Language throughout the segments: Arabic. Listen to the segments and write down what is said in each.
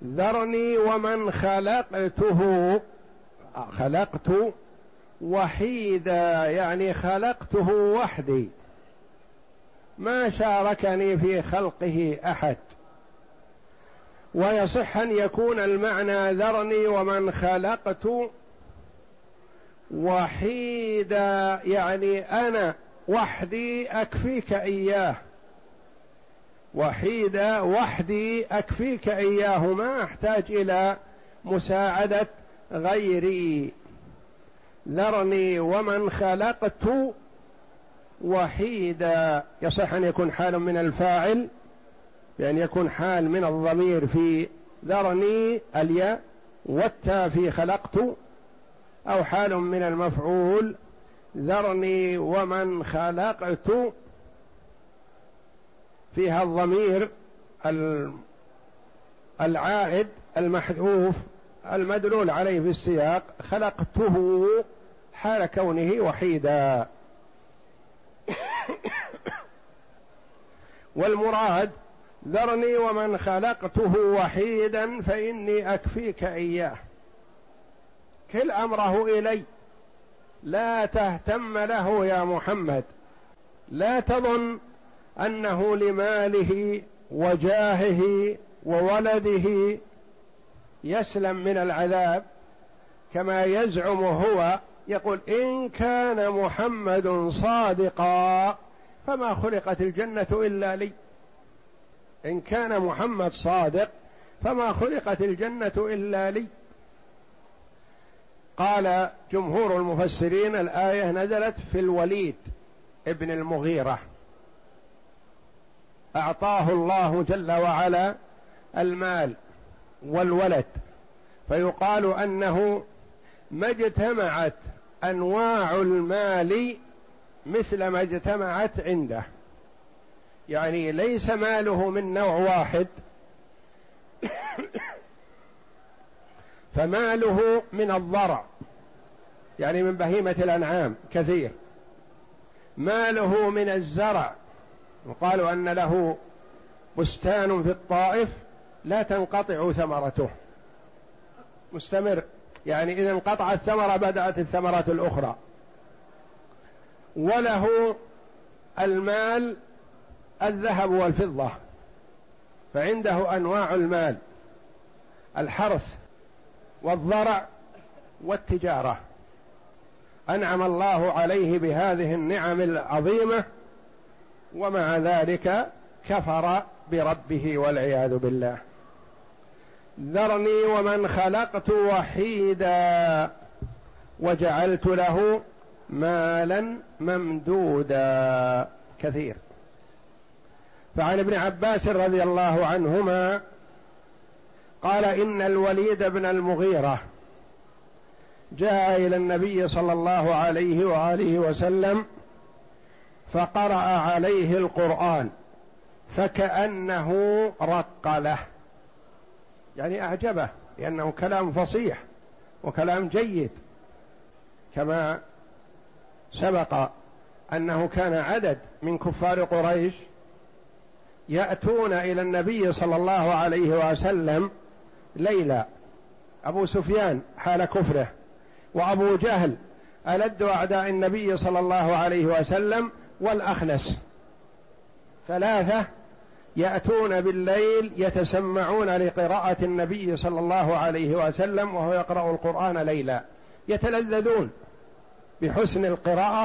ذرني ومن خلقت وحيدا، يعني خلقته وحدي ما شاركني في خلقه أحد. ويصح أن يكون المعنى ذرني ومن خلقت وحيدا، يعني أنا وحدي أكفيك إياه، وحيدا وحدي أكفيك إياه، ما أحتاج إلى مساعدة غيري. ذرني ومن خلقت وحيدا، يصح أن يكون حال من الفاعل، بأن يكون حال من الضمير في ذرني الياء والتاء في خلقت، أو حال من المفعول ذرني ومن خلقت فيها الضمير العائد المحذوف المدلول عليه في السياق، خلقته حال كونه وحيدا. والمراد ذرني ومن خلقته وحيدا فإني أكفيك إياه، كل أمره إلي، لا تهتم له يا محمد، لا تظن أنه لماله وجاهه وولده يسلم من العذاب كما يزعم هو. يقول إن كان محمد صادقا فما خلقت الجنة إلا لي، إن كان محمد صادق فما خلقت الجنة إلا لي. قال جمهور المفسرين الآية نزلت في الوليد ابن المغيرة، أعطاه الله جل وعلا المال والولد، فيقال أنه ما اجتمعت أنواع المال مثل ما اجتمعت عنده، يعني ليس ماله من نوع واحد، فماله من الضرع يعني من بهيمة الأنعام كثير، ماله من الزرع، وقالوا أن له بستان في الطائف لا تنقطع ثمرته، مستمر، يعني إذا انقطعت الثمرة بدأت الثمرات الأخرى. وله المال الذهب والفضة، فعنده أنواع المال، الحرث والضرع والتجارة، أنعم الله عليه بهذه النعم العظيمة، ومع ذلك كفر بربه والعياذ بالله. ذرني ومن خلقت وحيدا وجعلت له مالا ممدودا كثير. فعن ابن عباس رضي الله عنهما قال إن الوليد بن المغيرة جاء إلى النبي صلى الله عليه وآله وسلم فقرأ عليه القرآن فكأنه رق له، يعني أعجبه لأنه كلام فصيح وكلام جيد، كما سبق أنه كان عدد من كفار قريش يأتون إلى النبي صلى الله عليه وسلم ليلا، أبو سفيان حال كفره، وأبو جهل ألد أعداء النبي صلى الله عليه وسلم، والأخنس، ثلاثة يأتون بالليل يتسمعون لقراءة النبي صلى الله عليه وسلم وهو يقرأ القرآن ليلا، يتلذذون بحسن القراءة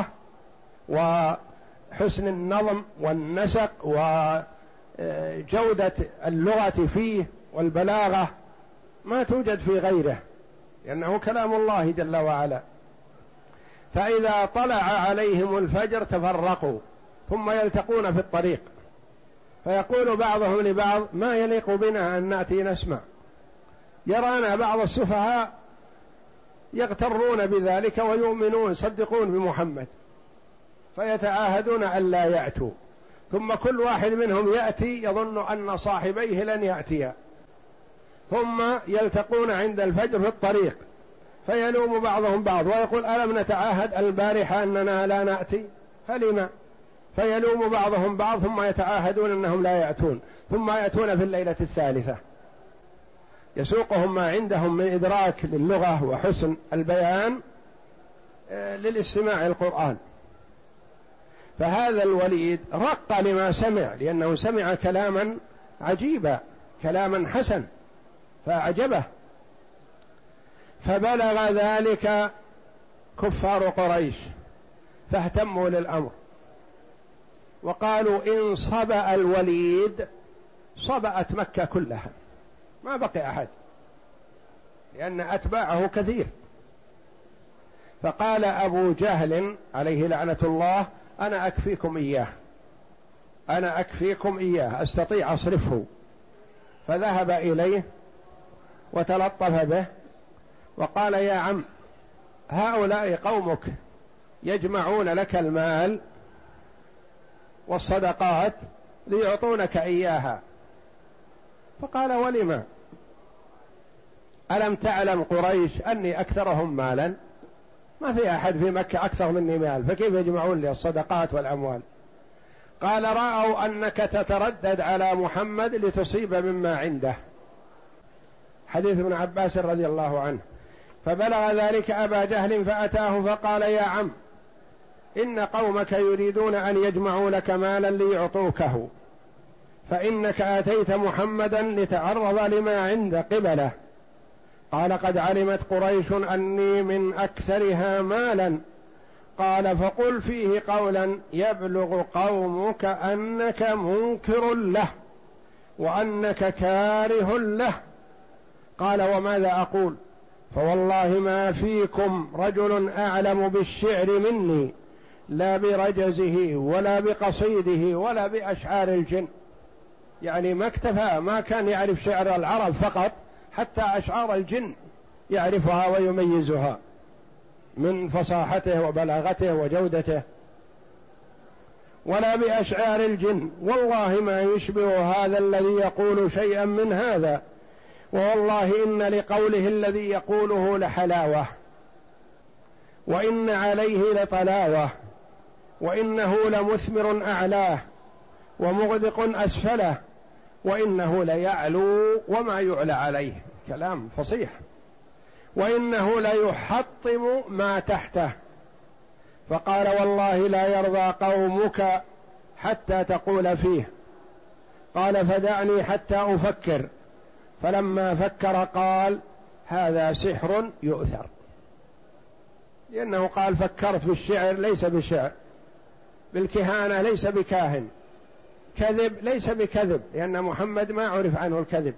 وحسن النظم والنسق وجودة اللغة فيه والبلاغة ما توجد في غيره، لأنه كلام الله جل وعلا. فإذا طلع عليهم الفجر تفرقوا ثم يلتقون في الطريق، فيقول بعضهم لبعض ما يليق بنا أن نأتي نسمع، يرانا بعض السفهاء يغترون بذلك ويؤمنون يصدقون بمحمد، فيتعاهدون أن لا يأتوا، ثم كل واحد منهم يأتي يظن أن صاحبيه لن يأتيا، ثم يلتقون عند الفجر في الطريق فيلوم بعضهم بعض ويقول ألم نتعاهد البارحة أننا لا نأتي فلما، فيلوم بعضهم بعض، ثم يتعاهدون أنهم لا يأتون، ثم يأتون في الليلة الثالثة. يسوقهم ما عندهم من إدراك للغة وحسن البيان للاستماع القرآن. فهذا الوليد رق لما سمع، لأنه سمع كلاما عجيبا، كلاما حسن فأعجبه. فبلغ ذلك كفار قريش فاهتموا للأمر وقالوا إن صبأ الوليد صبأت مكة كلها، ما بقي أحد، لأن أتباعه كثير. فقال أبو جهل عليه لعنة الله أنا أكفيكم إياه، أنا أكفيكم إياه، أستطيع أصرفه. فذهب إليه وتلطف به وقال يا عم هؤلاء قومك يجمعون لك المال والصدقات ليعطونك إياها. فقال ولما؟ ألم تعلم قريش أني أكثرهم مالا؟ ما في أحد في مكة أكثر مني مال، فكيف يجمعون لي الصدقات والأموال؟ قال رأوا أنك تتردد على محمد لتصيب مما عنده. حديث ابن عباس رضي الله عنه. فبلغ ذلك أبا جهل فأتاه فقال يا عم إن قومك يريدون أن يجمعوا لك مالا ليعطوكه، فإنك آتيت محمدا لتعرض لما عند قبله. قال قد علمت قريش أني من أكثرها مالا. قال فقل فيه قولا يبلغ قومك أنك منكر له وأنك كاره له. قال وماذا أقول؟ فوالله ما فيكم رجل أعلم بالشعر مني، لا برجزه ولا بقصيده ولا بأشعار الجن. يعني ما اكتفى، ما كان يعرف شعر العرب فقط، حتى أشعار الجن يعرفها ويميزها من فصاحته وبلاغته وجودته، ولا بأشعار الجن. والله ما يشبه هذا الذي يقول شيئا من هذا، والله إن لقوله الذي يقوله لحلاوة، وإن عليه لطلاوة، وإنه لمثمر أعلاه ومغدق أسفله، وإنه ليعلو وما يعلى عليه. كلام فصيح. وإنه ليحطم ما تحته. فقال والله لا يرضى قومك حتى تقول فيه. قال فدعني حتى أفكر. فلما فكر قال هذا سحر يؤثر، لأنه قال فكرت بالشعر ليس بشعر، بالكهانة ليس بكاهن، كذب ليس بكذب، لأن محمد ما عرف عنه الكذب.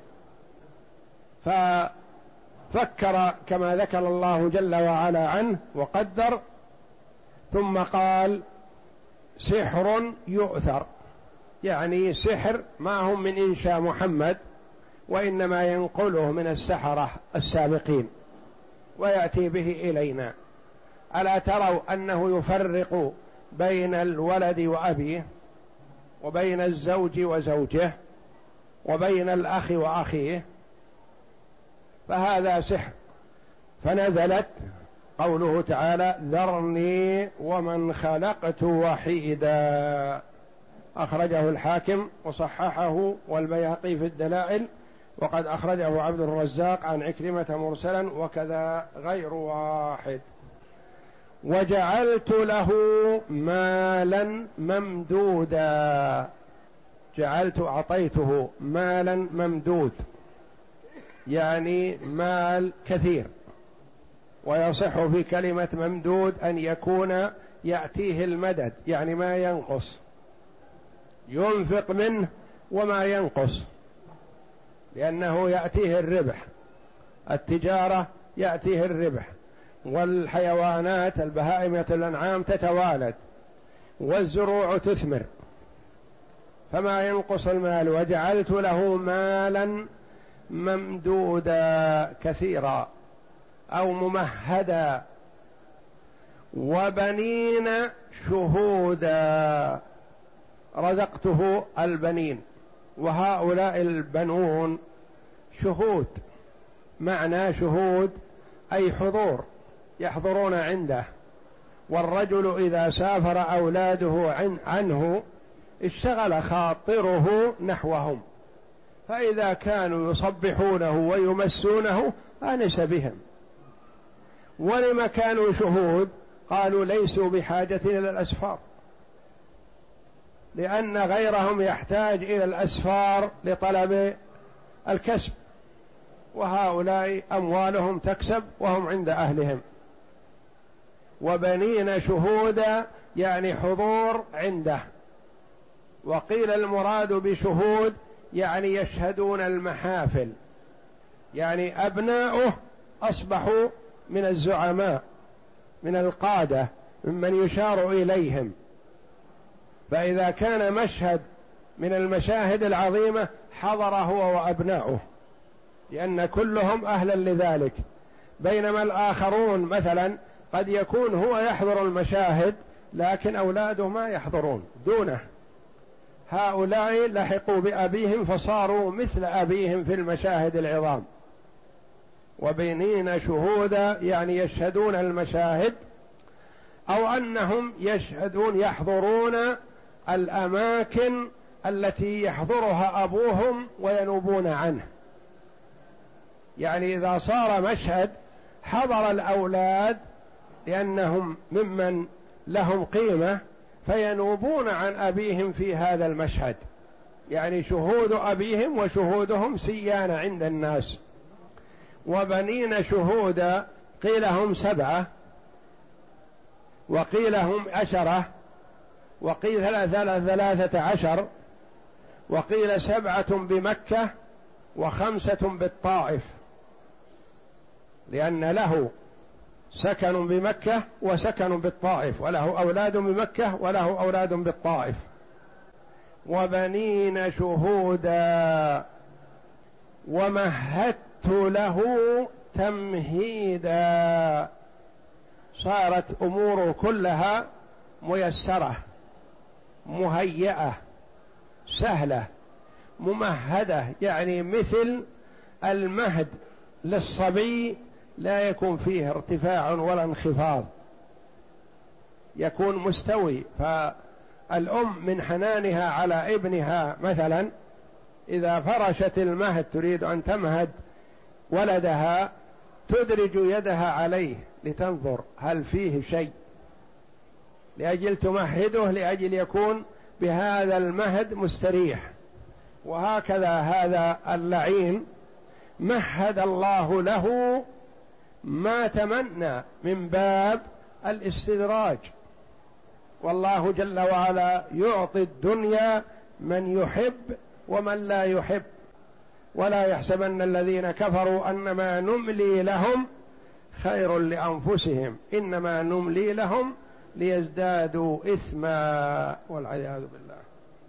ففكر كما ذكر الله جل وعلا عنه وقدر، ثم قال سحر يؤثر، يعني سحر ما هم من إنشاء محمد، وإنما ينقله من السحرة السابقين ويأتي به إلينا. ألا تروا أنه يفرق بين الولد وأبيه، وبين الزوج وزوجه، وبين الأخ وأخيه؟ فهذا سحر. فنزلت قوله تعالى ذرني ومن خلقت وحيدا، أخرجه الحاكم وصححه والبيهقي في الدلائل، وقد أخرجه عبد الرزاق عن عكرمة مرسلا وكذا غير واحد. وجعلت له مالا ممدودا، جعلت أعطيته مالا ممدود، يعني مال كثير. ويصح في كلمة ممدود أن يكون يأتيه المدد، يعني ما ينقص، ينفق منه وما ينقص، لأنه يأتيه الربح، التجارة يأتيه الربح، والحيوانات البهائم الأنعام تتوالد، والزروع تثمر، فما ينقص المال. وجعلت له مالا ممدودا كثيرا أو ممهدا، وبنين شهودا، رزقته البنين، وهؤلاء البنون شهود. معنى شهود أي حضور، يحضرون عنده. والرجل إذا سافر أولاده عنه اشتغل خاطره نحوهم، فإذا كانوا يصبحونه ويمسونه آنس بهم. ولما كانوا شهود؟ قالوا ليسوا بحاجة إلى الأسفار، لأن غيرهم يحتاج إلى الأسفار لطلب الكسب، وهؤلاء أموالهم تكسب وهم عند أهلهم. وبنين شهودا يعني حضور عنده. وقيل المراد بشهود يعني يشهدون المحافل، يعني أبناؤه أصبحوا من الزعماء، من القادة، ممن يشار إليهم. فإذا كان مشهد من المشاهد العظيمة حضر هو وأبناؤه، لأن كلهم أهلا لذلك. بينما الآخرون مثلا قد يكون هو يحضر المشاهد لكن أولاده ما يحضرون دونه. هؤلاء لحقوا بأبيهم فصاروا مثل أبيهم في المشاهد العظام. وبنين شهودا يعني يشهدون المشاهد، أو أنهم يحضرون الأماكن التي يحضرها أبوهم وينوبون عنه. يعني إذا صار مشهد حضر الأولاد لأنهم ممن لهم قيمة فينوبون عن أبيهم في هذا المشهد، يعني شهود أبيهم وشهودهم سيان عند الناس. وبنين شهودا قيل هم 7 وقيل هم 10 وقيل 13 وقيل 7 بمكة و5 بالطائف، لأن له سكن بمكة وسكن بالطائف، وله أولاد بمكة وله أولاد بالطائف. وبنين شهودا ومهدت له تمهيدا، صارت أموره كلها ميسرة مهيئة سهلة ممهدة، يعني مثل المهد للصبي لا يكون فيه ارتفاع ولا انخفاض، يكون مستوي. فالأم من حنانها على ابنها مثلا إذا فرشت المهد تريد أن تمهد ولدها تدرج يدها عليه لتنظر هل فيه شيء، لأجل تمهده، لأجل يكون بهذا المهد مستريح. وهكذا هذا اللعين مهد الله له ما تمنى من باب الاستدراج. والله جل وعلا يعطي الدنيا من يحب ومن لا يحب، ولا يحسبن الذين كفروا أنما نملي لهم خير لأنفسهم إنما نملي لهم ليزدادوا إثما والعياذ بالله.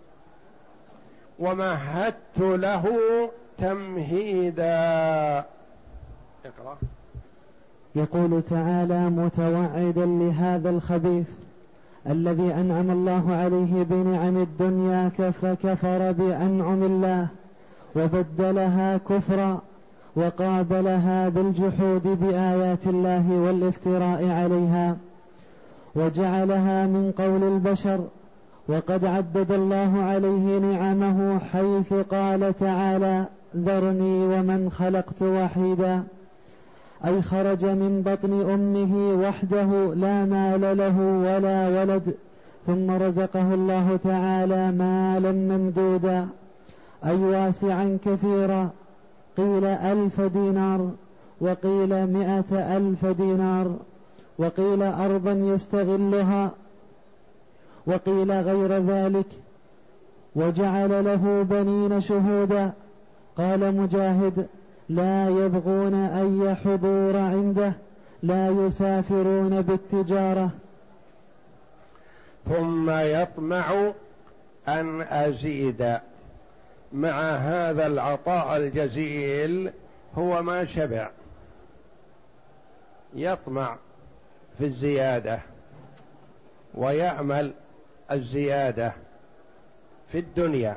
ومهدت له تمهيدا. اقرأ. يقول تعالى متوعدا لهذا الخبيث الذي أنعم الله عليه بنعم الدنيا فكفر بأنعم الله وبدلها كفرا وقابلها بالجحود بآيات الله والافتراء عليها وجعلها من قول البشر. وقد عدد الله عليه نعمه حيث قال تعالى ذرني ومن خلقت وحيدا، أي خرج من بطن أمه وحده لا مال له ولا ولد، ثم رزقه الله تعالى مالا ممدودا أي واسعا كثيرا، قيل 1000 دينار وقيل 100,000 دينار وقيل أرضا يستغلها وقيل غير ذلك. وجعل له بنين شهودا، قال مجاهد لا يبغون أي حضور عنده، لا يسافرون بالتجارة. ثم يطمع أن أزيد. مع هذا العطاء الجزيل هو ما شبع، يطمع في الزيادة ويأمل الزيادة في الدنيا.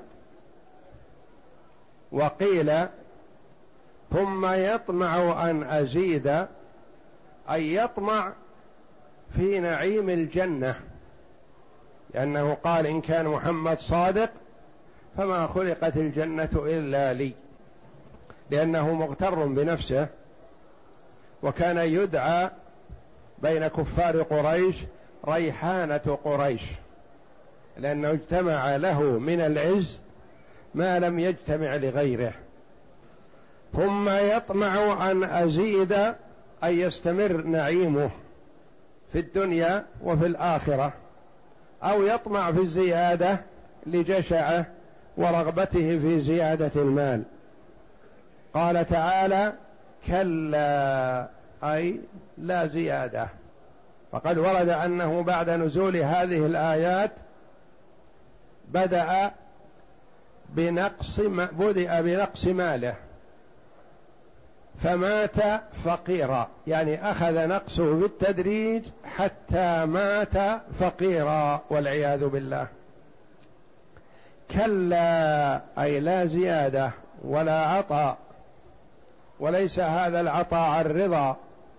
وقيل ثم يطمع أن أزيد أي يطمع في نعيم الجنة، لأنه قال إن كان محمد صادق فما خلقت الجنة إلا لي، لأنه مغتر بنفسه، وكان يدعى بين كفار قريش ريحانة قريش، لأنه اجتمع له من العز ما لم يجتمع لغيره. ثم يطمع أن أزيد، أن يستمر نعيمه في الدنيا وفي الآخرة، أو يطمع في الزيادة لجشعه ورغبته في زيادة المال. قال تعالى: كلا، أي لا زيادة. فقد ورد أنه بعد نزول هذه الآيات بدأ بنقص ماله، فمات فقيرا، يعني أخذ نقصه بالتدريج حتى مات فقيرا والعياذ بالله. كلا، أي لا زيادة ولا عطاء، وليس هذا العطاء الرضا.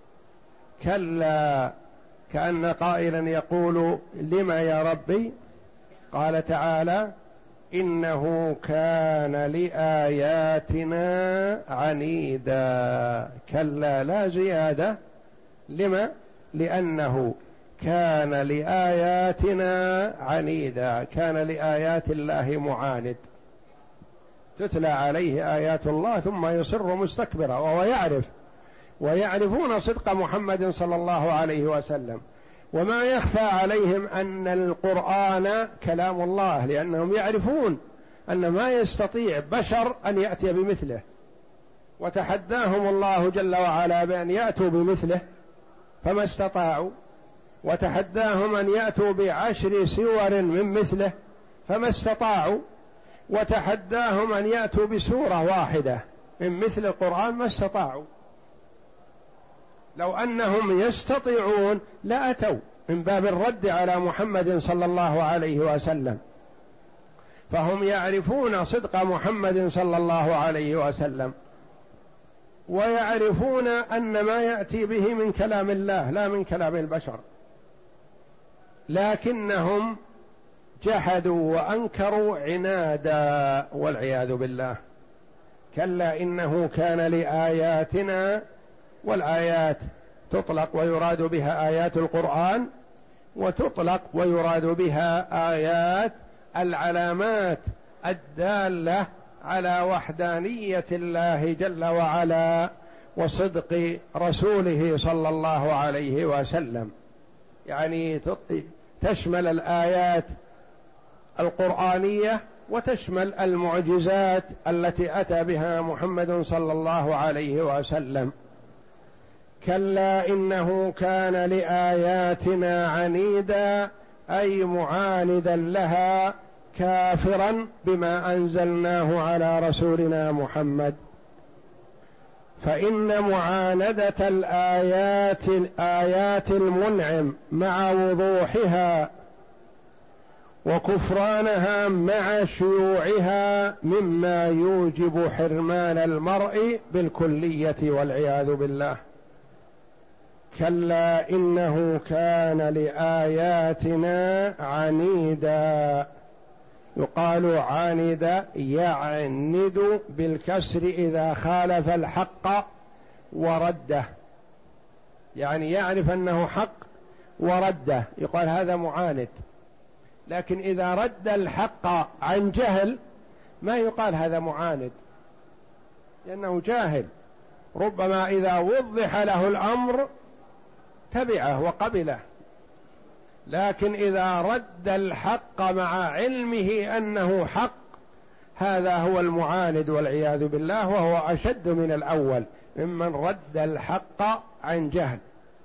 كلا، كأن قائلا يقول: لم يا ربي؟ قال تعالى: إنه كان لآياتنا عنيدا. كلا لا زيادة. لما؟ لأنه كان لآياتنا عنيدا، كان لآيات الله معاند، تتلى عليه آيات الله ثم يصر مستكبرا، وهو يعرف، ويعرفون صدق محمد صلى الله عليه وسلم. وما يخفى عليهم أن القرآن كلام الله، لأنهم يعرفون أن ما يستطيع بشر أن يأتي بمثله، وتحداهم الله جل وعلا بأن يأتوا بمثله فما استطاعوا، وتحداهم أن يأتوا ب10 سور من مثله فما استطاعوا، وتحداهم أن يأتوا بسورة واحدة من مثل القرآن ما استطاعوا. لو أنهم يستطيعون لأتوا، من باب الرد على محمد صلى الله عليه وسلم. فهم يعرفون صدق محمد صلى الله عليه وسلم، ويعرفون أن ما يأتي به من كلام الله لا من كلام البشر، لكنهم جحدوا وأنكروا عنادا والعياذ بالله. كلا إنه كان لآياتنا، والآيات تطلق ويراد بها آيات القرآن، وتطلق ويراد بها آيات العلامات الدالة على وحدانية الله جل وعلا وصدق رسوله صلى الله عليه وسلم. يعني تشمل الآيات القرآنية وتشمل المعجزات التي أتى بها محمد صلى الله عليه وسلم. كلا إنه كان لآياتنا عنيدا، أي معاندا لها، كافرا بما أنزلناه على رسولنا محمد. فإن معاندة آيات المنعم مع وضوحها وكفرانها مع شيوعها مما يوجب حرمان المرء بالكلية والعياذ بالله. كلا إنه كان لآياتنا عنيدا، يقال عاند يعند بالكسر إذا خالف الحق ورده، يعني يعرف أنه حق ورده يقال هذا معاند. لكن إذا رد الحق عن جهل ما يقال هذا معاند، لأنه جاهل. ربما إذا وضح له الأمر تبعه وقبله، لكن إذا رد الحق مع علمه أنه حق هذا هو المعاند والعياذ بالله، وهو أشد من الأول ممن رد الحق عن جهل.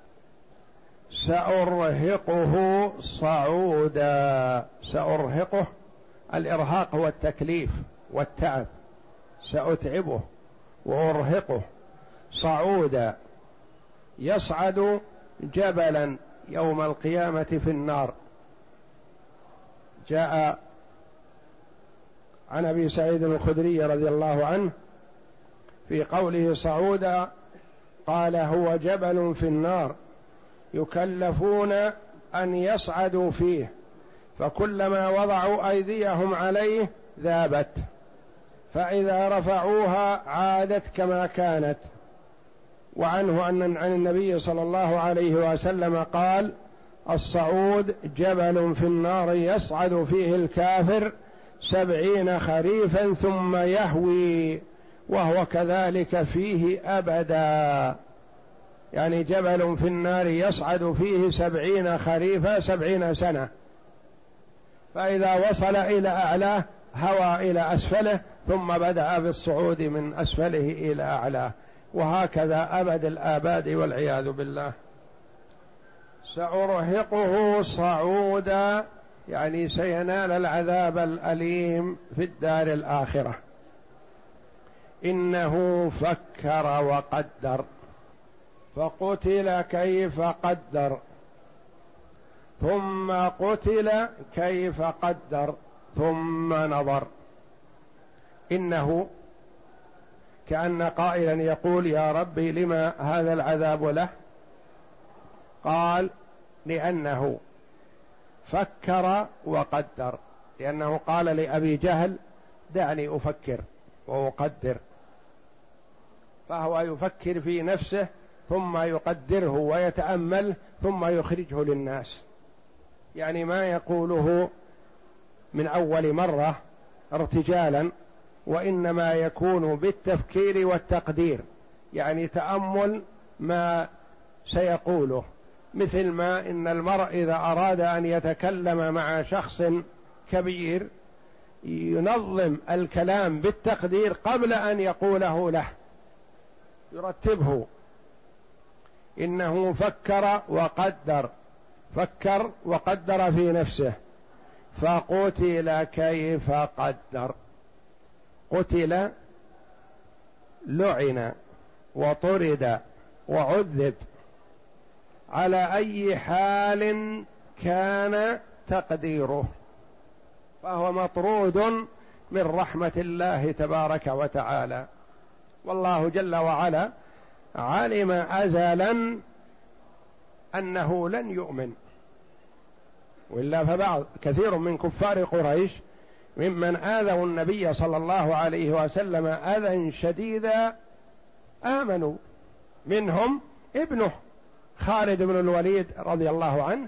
سأرهقه صعودا. سأرهقه، الإرهاق هو التكليف والتعب، سأتعبه وأرهقه صعودا. يصعد جبلا يوم القيامة في النار. جاء عن أبي سعيد الخدري رضي الله عنه في قوله صعودا قال: هو جبل في النار يكلفون أن يصعدوا فيه، فكلما وضعوا أيديهم عليه ذابت، فإذا رفعوها عادت كما كانت. وعنه عن النبي صلى الله عليه وسلم قال: الصعود جبل في النار يصعد فيه الكافر 70 خريفا ثم يهوي وهو كذلك فيه أبدا. يعني جبل في النار يصعد فيه 70 خريفا 70 سنة، فإذا وصل إلى أعلاه هوى إلى أسفله ثم بدأ بالصعود من أسفله إلى أعلاه، وهكذا أبد الآباد والعياذ بالله. سأرهقه صعودا، يعني سينال العذاب الأليم في الدار الآخرة. إنه فكر وقدر فقتل كيف قدر، ثم قتل كيف قدر ثم نظر. إنه كأن قائلا يقول: يا ربي لما هذا العذاب له؟ قال: لأنه فكر وقدر، لأنه قال لأبي جهل: دعني أفكر وأقدر، فهو يفكر في نفسه ثم يقدره ويتأمل ثم يخرجه للناس، يعني ما يقوله من أول مرة ارتجالا، وإنما يكون بالتفكير والتقدير، يعني تأمل ما سيقوله. مثل ما إن المرء إذا أراد أن يتكلم مع شخص كبير ينظم الكلام بالتقدير قبل أن يقوله له، يرتبه. إنه فكر وقدر، فكر وقدر في نفسه، فقتل كيف قدر. قتل لعن وطرد وعذب، على أي حال كان تقديره، فهو مطرود من رحمة الله تبارك وتعالى. والله جل وعلا علم أزلا أنه لن يؤمن، وإلا فبعض كثير من كفار قريش ممن آذوا النبي صلى الله عليه وسلم أذى شديدا آمنوا، منهم ابنه خالد بن الوليد رضي الله عنه،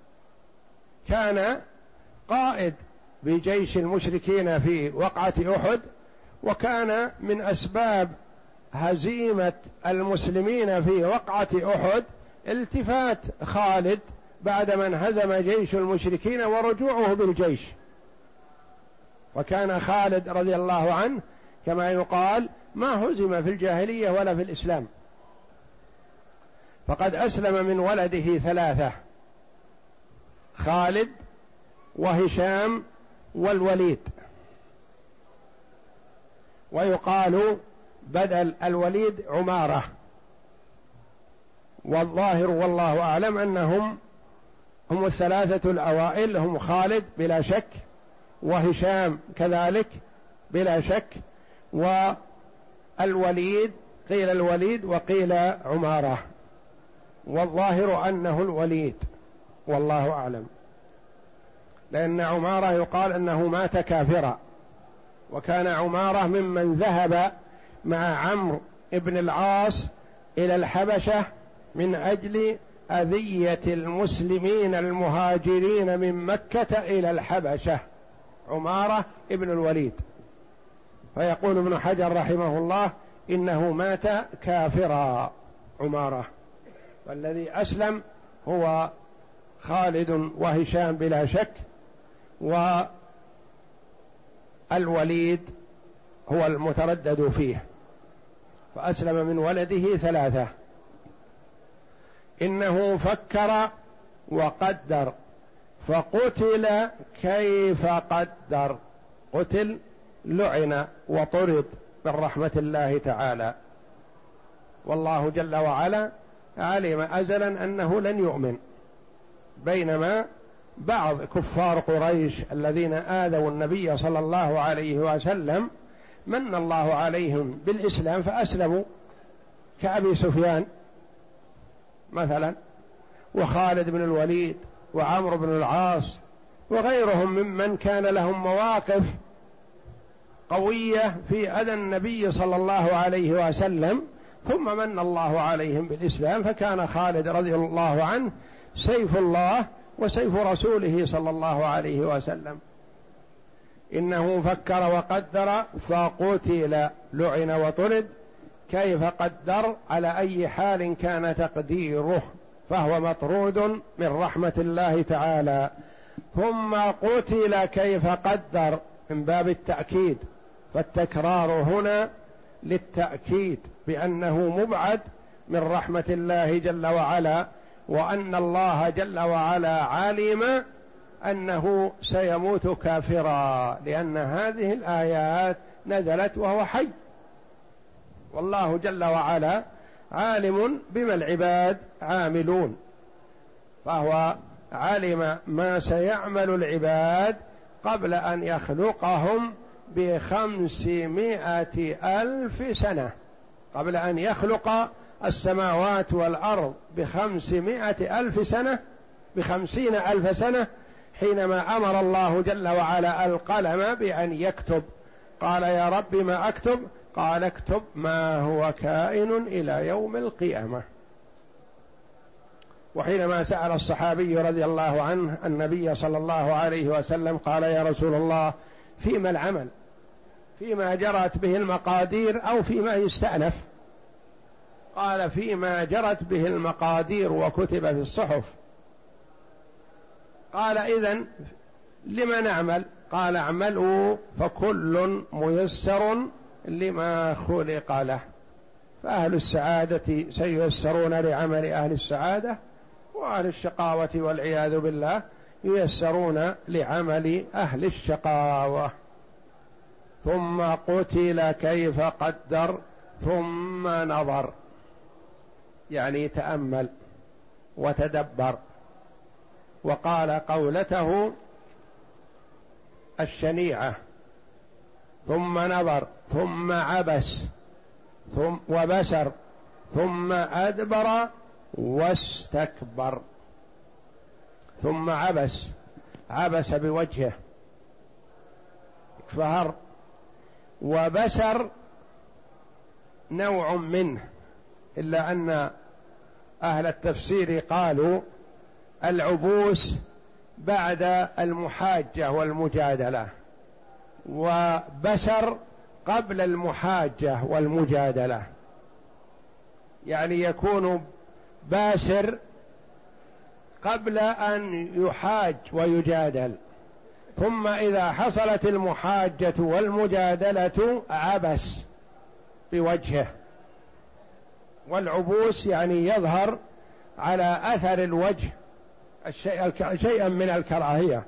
كان قائد بجيش المشركين في وقعة أحد، وكان من أسباب هزيمة المسلمين في وقعة أحد التفات خالد بعدما انهزم جيش المشركين ورجوعه بالجيش. وكان خالد رضي الله عنه كما يقال ما هزم في الجاهلية ولا في الإسلام، فقد أسلم من ولده 3: خالد وهشام والوليد. ويقال بدل الوليد عمارة، والظاهر والله أعلم أنهم هم 3 الأوائل، هم خالد بلا شك، وهشام كذلك بلا شك، والوليد قيل الوليد وقيل عمارة، والظاهر أنه الوليد والله أعلم، لأن عمارة يقال أنه مات كافرا، وكان عمارة ممن ذهب مع عمرو بن العاص إلى الحبشة من أجل أذية المسلمين المهاجرين من مكة إلى الحبشة، عمارة ابن الوليد. فيقول ابن حجر رحمه الله إنه مات كافرا عمارة، والذي أسلم هو خالد وهشام بلا شك، والوليد هو المتردد فيه، فأسلم من ولده 3. إنه فكر وقدر فقتل كيف قدر، قتل لعن وطرد من رحمة الله تعالى. والله جل وعلا علم أزلا أنه لن يؤمن، بينما بعض كفار قريش الذين آذوا النبي صلى الله عليه وسلم من الله عليهم بالإسلام فأسلموا، كأبي سفيان مثلا، وخالد بن الوليد، وعمرو بن العاص، وغيرهم ممن كان لهم مواقف قوية في أذى النبي صلى الله عليه وسلم، ثم من الله عليهم بالإسلام، فكان خالد رضي الله عنه سيف الله وسيف رسوله صلى الله عليه وسلم. إنه فكر وقدر فقتل لعن وطرد، كيف قدر؟ على أي حال كان تقديره، فهو مطرود من رحمة الله تعالى. ثم قتل كيف قدر، من باب التأكيد، فالتكرار هنا للتأكيد بأنه مبعد من رحمة الله جل وعلا، وأن الله جل وعلا علم أنه سيموت كافرا، لأن هذه الآيات نزلت وهو حي، والله جل وعلا عالم بما العباد عاملون، فهو علم ما سيعمل العباد قبل أن يخلقهم ب500,000 سنة، قبل أن يخلق السماوات والأرض ب500,000 سنة، ب50,000 سنة، حينما أمر الله جل وعلا القلم بأن يكتب، قال يا رب ما أكتب؟ قال اكتب ما هو كائن إلى يوم القيامة. وحينما سأل الصحابي رضي الله عنه النبي صلى الله عليه وسلم قال يا رسول الله فيما العمل، فيما جرت به المقادير أو فيما يستأنف؟ قال فيما جرت به المقادير وكتب في الصحف. قال إذن لما نعمل؟ قال اعملوا فكل ميسر لما خلق له، فأهل السعادة سييسرون لعمل أهل السعادة، وأهل الشقاوة والعياذ بالله ييسرون لعمل أهل الشقاوة. ثم قتل كيف قدر ثم نظر، يعني تأمل وتدبر، وقال قولته الشنيعة، ثم نظر ثم عبس ثم وبسر ظم أدبر واستكبر. ثم عبس بوجهه فهر، وبسر نوع منه، إلا أن أهل التفسير قالوا العبوس بعد المحاجة والمجادلة، وبسر قبل المحاجة والمجادلة، يعني يكون باسر قبل أن يحاج ويجادل، ثم إذا حصلت المحاجة والمجادلة عبس بوجهه. والعبوس يعني يظهر على أثر الوجه شيئا من الكراهية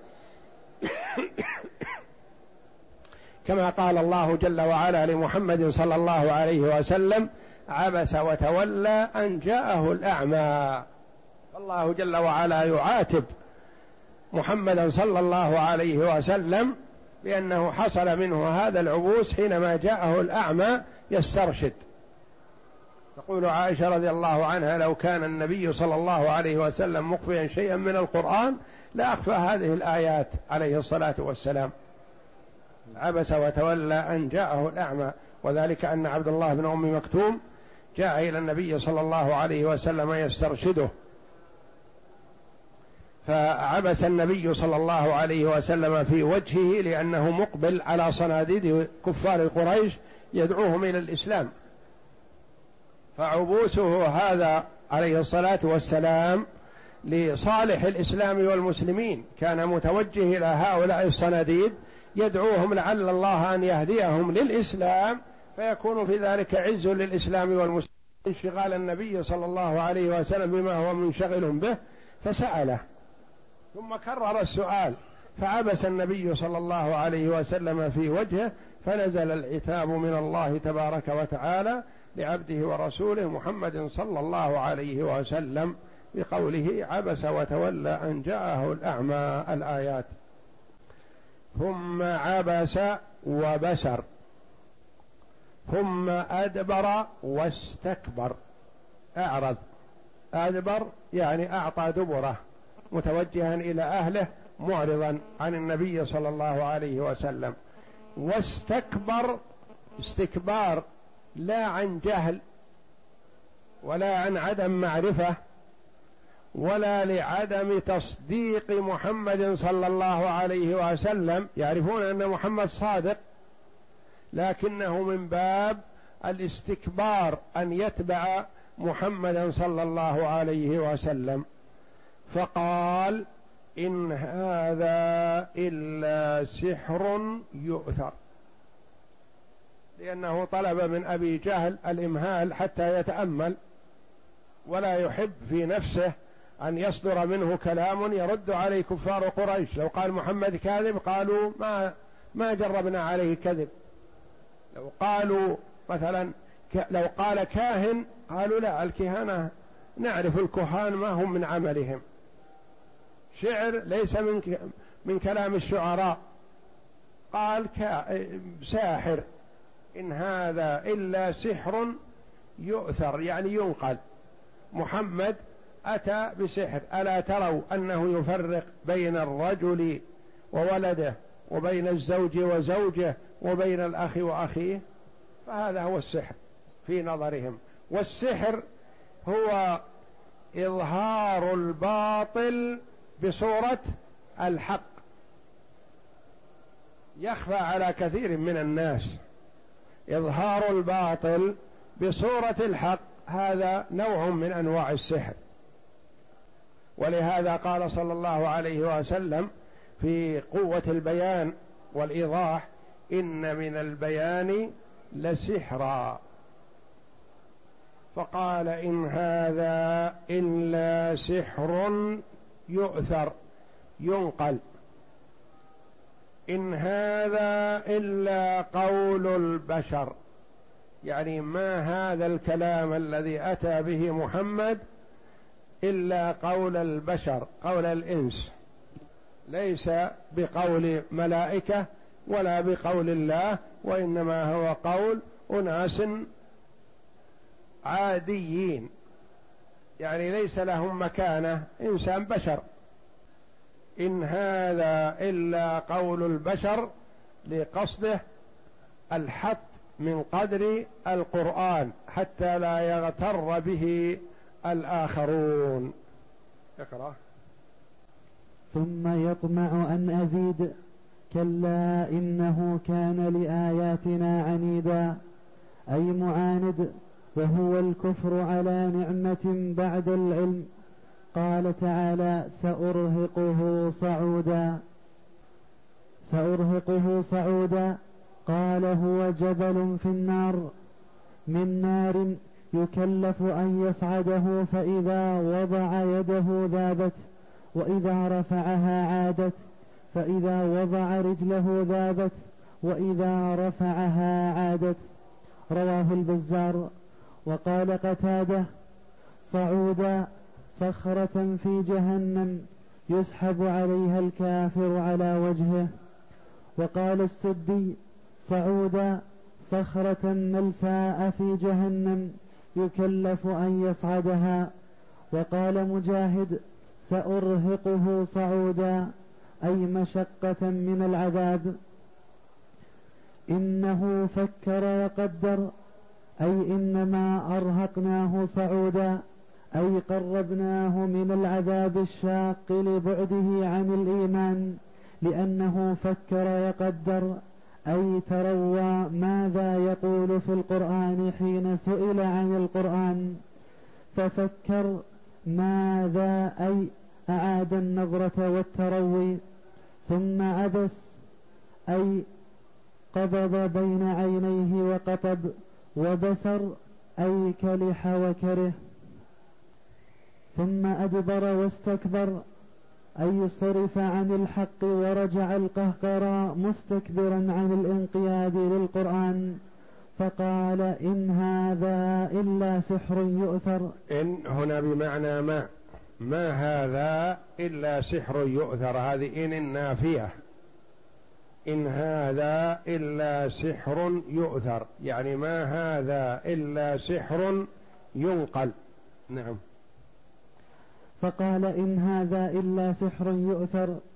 كما قال الله جل وعلا لمحمد صلى الله عليه وسلم: عبس وتولى أن جاءه الأعمى. الله جل وعلا يعاتب محمدا صلى الله عليه وسلم بأنه حصل منه هذا العبوس حينما جاءه الأعمى يسترشد. تقول عائشة رضي الله عنها: لو كان النبي صلى الله عليه وسلم مخفيا شيئا من القرآن لأخفى هذه الآيات عليه الصلاة والسلام. عبس وتولى أن جاءه الأعمى، وذلك أن عبد الله بن أم مكتوم جاء إلى النبي صلى الله عليه وسلم يسترشده، فعبس النبي صلى الله عليه وسلم في وجهه لأنه مقبل على صناديد كفار قريش يدعوهم إلى الإسلام، فعبوسه هذا عليه الصلاة والسلام لصالح الإسلام والمسلمين، كان متوجه إلى هؤلاء الصناديد يدعوهم لعل الله أن يهديهم للإسلام، فيكون في ذلك عز للإسلام والمسلمين. انشغال النبي صلى الله عليه وسلم بما هو منشغل به فسأله، ثم كرر السؤال، فعبس النبي صلى الله عليه وسلم في وجهه، فنزل العتاب من الله تبارك وتعالى لعبده ورسوله محمد صلى الله عليه وسلم بقوله: عبس وتولى أن جاءه الأعمى. الآيات. ثم عبس وبسر ثم أدبر واستكبر. أعرض، أدبر يعني أعطى دبره متوجها إلى أهله معرضا عن النبي صلى الله عليه وسلم. واستكبر استكبار لا عن جهل ولا عن عدم معرفة ولا لعدم تصديق محمد صلى الله عليه وسلم، يعرفون أن محمد صادق، لكنه من باب الاستكبار أن يتبع محمدا صلى الله عليه وسلم، فقال إن هذا إلا سحر يؤثر، لأنه طلب من أبي جهل الإمهال حتى يتأمل، ولا يحب في نفسه أن يصدر منه كلام يرد عليه كفار قريش. لو قال محمد كاذب قالوا ما جربنا عليه كذب. لو قالوا مثلا لو قال كاهن قالوا لا، الكهنة نعرف الكهان ما هم من عملهم، شعر ليس من كلام الشعراء. قال ساحر، إن هذا إلا سحر يؤثر، يعني ينقل. محمد أتى بسحر، ألا تروا أنه يفرق بين الرجل وولده وبين الزوج وزوجه وبين الأخ وأخيه؟ فهذا هو السحر في نظرهم. والسحر هو إظهار الباطل بصورة الحق، يخفى على كثير من الناس. إظهار الباطل بصورة الحق هذا نوع من أنواع السحر. ولهذا قال صلى الله عليه وسلم في قوة البيان والإيضاح: إن من البيان لسحرا. فقال إن هذا إلا سحر يؤثر، ينقل. إن هذا إلا قول البشر، يعني ما هذا الكلام الذي أتى به محمد إلا قول البشر، قول الإنس، ليس بقول ملائكة ولا بقول الله، وإنما هو قول أناس عاديين، يعني ليس لهم مكانة، إنسان بشر. إن هذا إلا قول البشر، لقصده الحط من قدر القرآن حتى لا يغتر به الآخرون. اقرأ. ثم يطمع أن أزيد، كلا إنه كان لآياتنا عنيدا، أي معاند، وهو الكفر على نعمة بعد العلم. قال تعالى: سأرهقه صعودا. قال: هو جبل في النار، من نار يكلف أن يصعده، فإذا وضع يده ذابت، وإذا رفعها عادت، فإذا وضع رجله ذابت، وإذا رفعها عادت. رواه البزار. وقال قتادة: صعودا صخرة في جهنم يسحب عليها الكافر على وجهه. وقال السدي: صعودا صخرة ملساء في جهنم يكلف أن يصعدها. وقال مجاهد: سأرهقه صعودا، أي مشقة من العذاب. إنه فكر وقدر، أي إنما أرهقناه صعودا، أي قربناه من العذاب الشاق لبعده عن الإيمان، لأنه فكر وقدر، أي تروى ماذا يقول في القرآن حين سئل عن القرآن، ففكر ماذا، أي أعاد النظرة والتروي. ثم عبس، أي قبض بين عينيه وقطب، وبسر، أي كلح وكره. ثم أدبر واستكبر، أي صرف عن الحق ورجع القهقرى مستكبرا عن الانقياد للقرآن، فقال: إن هذا إلا سحر يؤثر. إن هنا بمعنى ما هذا إلا سحر يؤثر، هذه إن النافية. إن هذا إلا سحر يؤثر، يعني ما هذا إلا سحر ينقل. نعم. فقال: إن هذا إلا سحر يؤثر،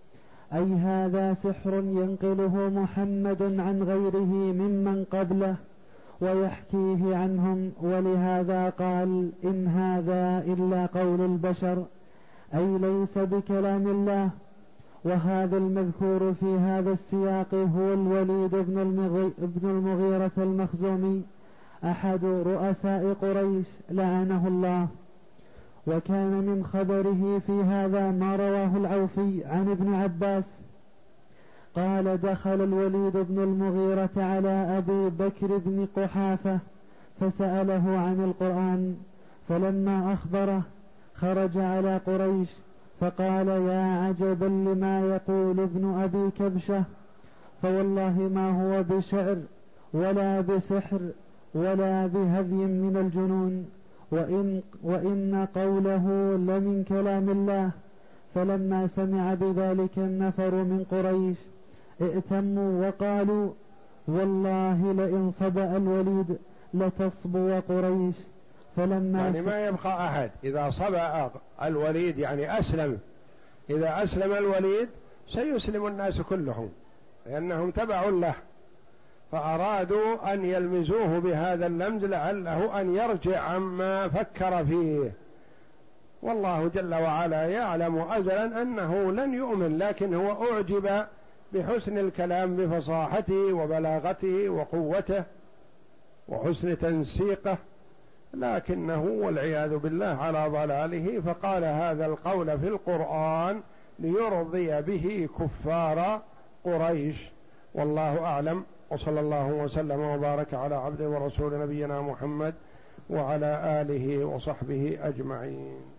أي هذا سحر ينقله محمد عن غيره ممن قبله ويحكيه عنهم، ولهذا قال إن هذا إلا قول البشر، أي ليس بكلام الله. وهذا المذكور في هذا السياق هو الوليد بن المغيرة المخزومي أحد رؤساء قريش لعنه الله. وكان من خبره في هذا ما رواه العوفي عن ابن عباس قال دخل الوليد بن المغيرة على أبي بكر بن قحافة فسأله عن القرآن، فلما أخبره خرج على قريش فقال يا عجبا لما يقول ابن أبي كبشة، فوالله ما هو بشعر ولا بسحر ولا بهذي من الجنون، وإن قوله لمن كلام الله. فلما سمع بذلك النفر من قريش ائتموا وقالوا والله لئن صبأ الوليد لتصبو قريش. فلما يعني ما يبقى أحد إذا صبأ الوليد، يعني أسلم، إذا أسلم الوليد سيسلم الناس كلهم لأنهم تبعوا له، فأرادوا أن يلمزوه بهذا اللمز لعله أن يرجع عما فكر فيه. والله جل وعلا يعلم أزلا أنه لن يؤمن، لكن هو أعجب بحسن الكلام بفصاحته وبلاغته وقوته وحسن تنسيقه، لكنه والعياذ بالله على ضلاله فقال هذا القول في القرآن ليرضي به كفار قريش. والله أعلم، وصلى الله وسلم وبارك على عبده ورسول نبينا محمد وعلى آله وصحبه أجمعين.